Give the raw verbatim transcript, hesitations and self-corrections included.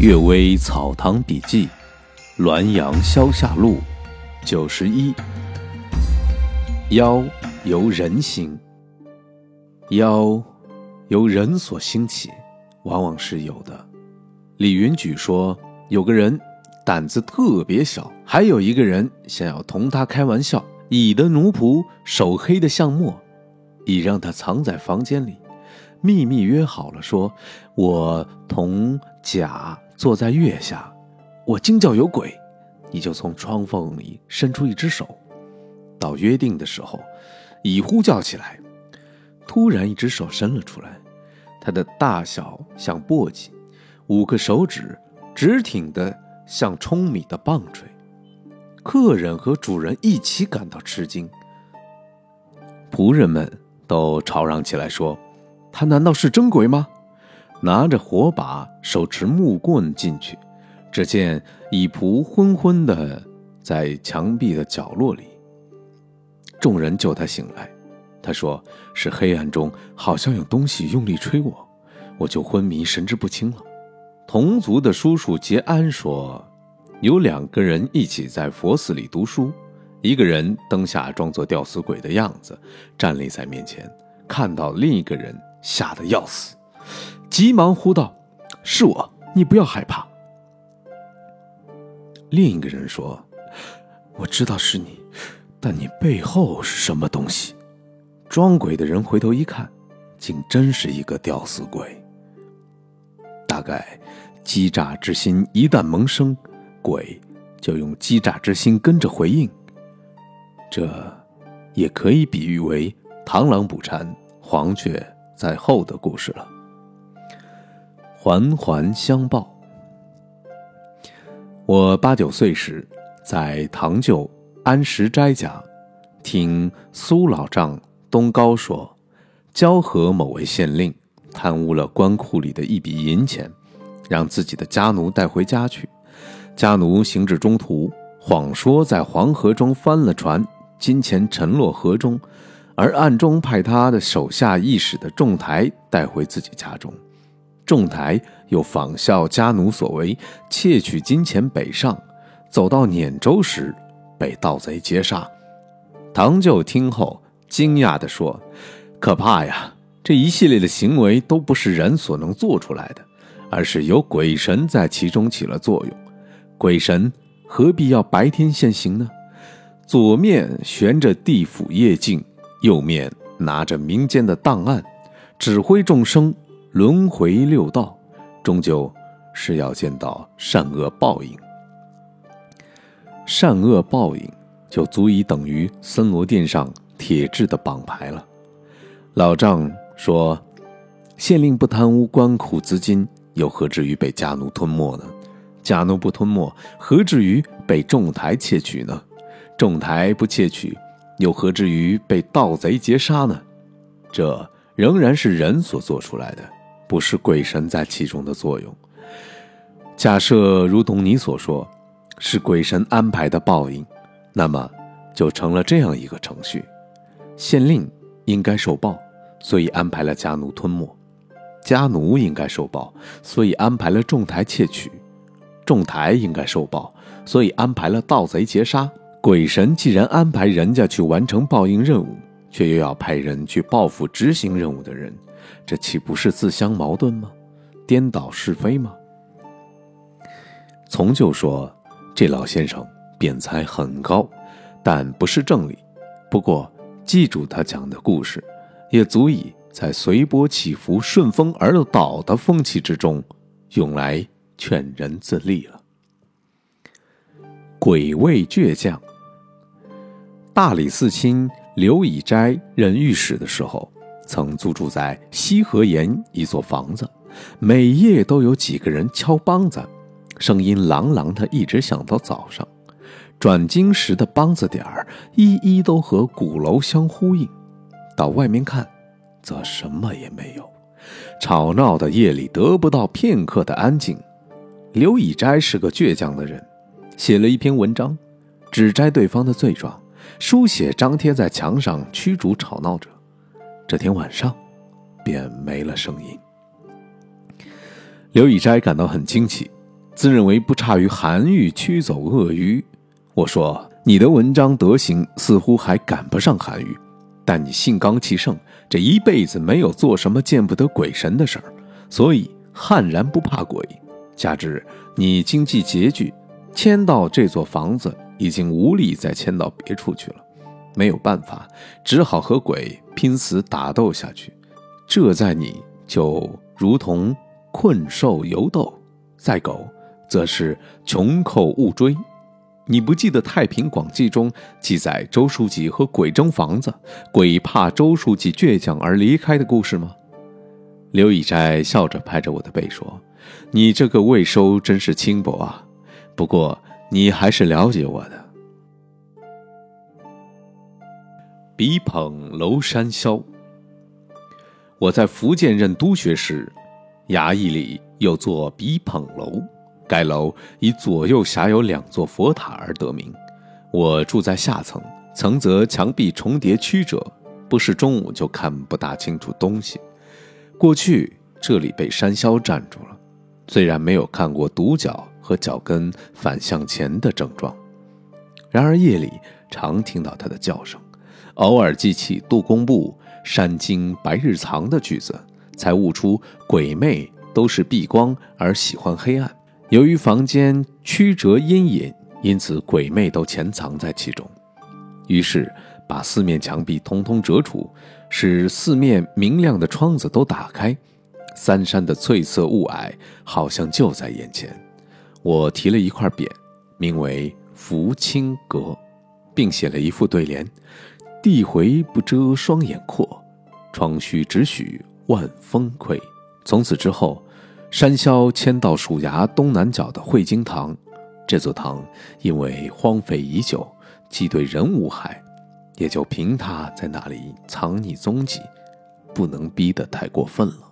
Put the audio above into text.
岳微草堂笔记，滦阳消夏录九十一。妖由人兴，妖由人所兴起，往往是有的。李云举说，有个人胆子特别小，还有一个人想要同他开玩笑，乙的奴仆手黑的像墨，乙让他藏在房间里，秘密约好了说，我同甲坐在月下，我惊叫有鬼，你就从窗缝里伸出一只手。到约定的时候，乙呼叫起来，突然一只手伸了出来，它的大小像簸箕，五个手指直挺的像舂米的棒槌。客人和主人一起感到吃惊，仆人们都吵嚷起来说，他难道是真鬼吗？拿着火把，手持木棍进去，只见乙仆昏昏的在墙壁的角落里。众人救他醒来，他说是黑暗中好像有东西用力吹我，我就昏迷神志不清了。同族的叔叔杰安说，有两个人一起在佛寺里读书，一个人灯下装作吊死鬼的样子站立在面前，看到另一个人吓得要死，急忙呼道，是我，你不要害怕。另一个人说，我知道是你，但你背后是什么东西？装鬼的人回头一看，竟真是一个吊死鬼。大概欺诈之心一旦萌生，鬼就用欺诈之心跟着回应。这也可以比喻为螳螂捕蝉，黄雀在后的故事了。环环相报。我八九岁时，在堂舅安石斋家，听苏老丈东高说，交河某位县令贪污了官库里的一笔银钱，让自己的家奴带回家去。家奴行至中途，谎说在黄河中翻了船，金钱沉落河中，而暗中派他的手下驿使的仲台带回自己家中。仲台又仿效家奴所为，窃取金钱北上，走到撵州时被盗贼劫杀。堂舅听后惊讶地说，可怕呀，这一系列的行为都不是人所能做出来的，而是有鬼神在其中起了作用。鬼神何必要白天现形呢？左面悬着地府业镜，右面拿着民间的档案，指挥众生轮回六道，终究是要见到善恶报应。善恶报应就足以等于森罗殿上铁制的榜牌了。老丈说，县令不贪污官库资金，又何至于被家奴吞没呢？家奴不吞没，何至于被仲台窃取呢？仲台不窃取，又何至于被盗贼劫杀呢？这仍然是人所做出来的，不是鬼神在其中的作用。假设如同你所说，是鬼神安排的报应，那么就成了这样一个程序：县令应该受报，所以安排了家奴吞没；家奴应该受报，所以安排了仲台窃取；仲台应该受报，所以安排了盗贼劫杀。鬼神既然安排人家去完成报应任务，却又要派人去报复执行任务的人，这岂不是自相矛盾吗？颠倒是非吗？从就说，这老先生辩才很高，但不是正理。不过记住他讲的故事，也足以在随波起伏、顺风而倒的风气之中，用来劝人自立了。鬼味倔强。大理寺卿刘以斋任御史的时候，曾租住在西河沿一座房子，每夜都有几个人敲梆子，声音朗朗的，一直响到早上。转经时的梆子点儿，一一都和鼓楼相呼应。到外面看，则什么也没有，吵闹的夜里得不到片刻的安静。刘以斋是个倔强的人，写了一篇文章，指摘对方的罪状，书写张贴在墙上，驱逐吵闹者。这天晚上便没了声音。刘以斋感到很惊奇， 自认为不差于韩愈驱走鳄鱼。我说，你的文章德行似乎还赶不上韩愈，但你性刚气盛，这一辈子没有做什么见不得鬼神的事儿，所以悍然不怕鬼。加之你经济拮据，迁到这座房子已经无力再迁到别处去了，没有办法，只好和鬼拼死打斗下去。这在你就如同困兽犹斗，在狗则是穷寇勿追。你不记得《太平广记》中记载周书记和鬼争房子，鬼怕周书记倔强而离开的故事吗？刘以斋笑着拍着我的背说，你这个未收真是轻薄啊，不过你还是了解我的。笔捧娄山魈。我在福建任督学时，衙役里有座笔捧楼，该楼以左右辖有两座佛塔而得名。我住在下层，层则墙壁重叠曲折，不是中午就看不大清楚东西。过去这里被山魈占住了，虽然没有看过独角和脚跟反向前的症状，然而夜里常听到它的叫声，偶尔记起杜工部山经白日藏的句子，才悟出鬼魅都是避光而喜欢黑暗。由于房间曲折阴隐，因此鬼魅都潜藏在其中。于是把四面墙壁通通折除，使四面明亮的窗子都打开，三山的翠色雾霭好像就在眼前。我提了一块匾，名为福清阁，并写了一副对联：地回不遮双眼阔，窗虚只许万峰窥。从此之后，山魈迁到署衙东南角的汇经堂。这座堂因为荒废已久，既对人无害，也就凭他在那里藏匿踪迹，不能逼得太过分了。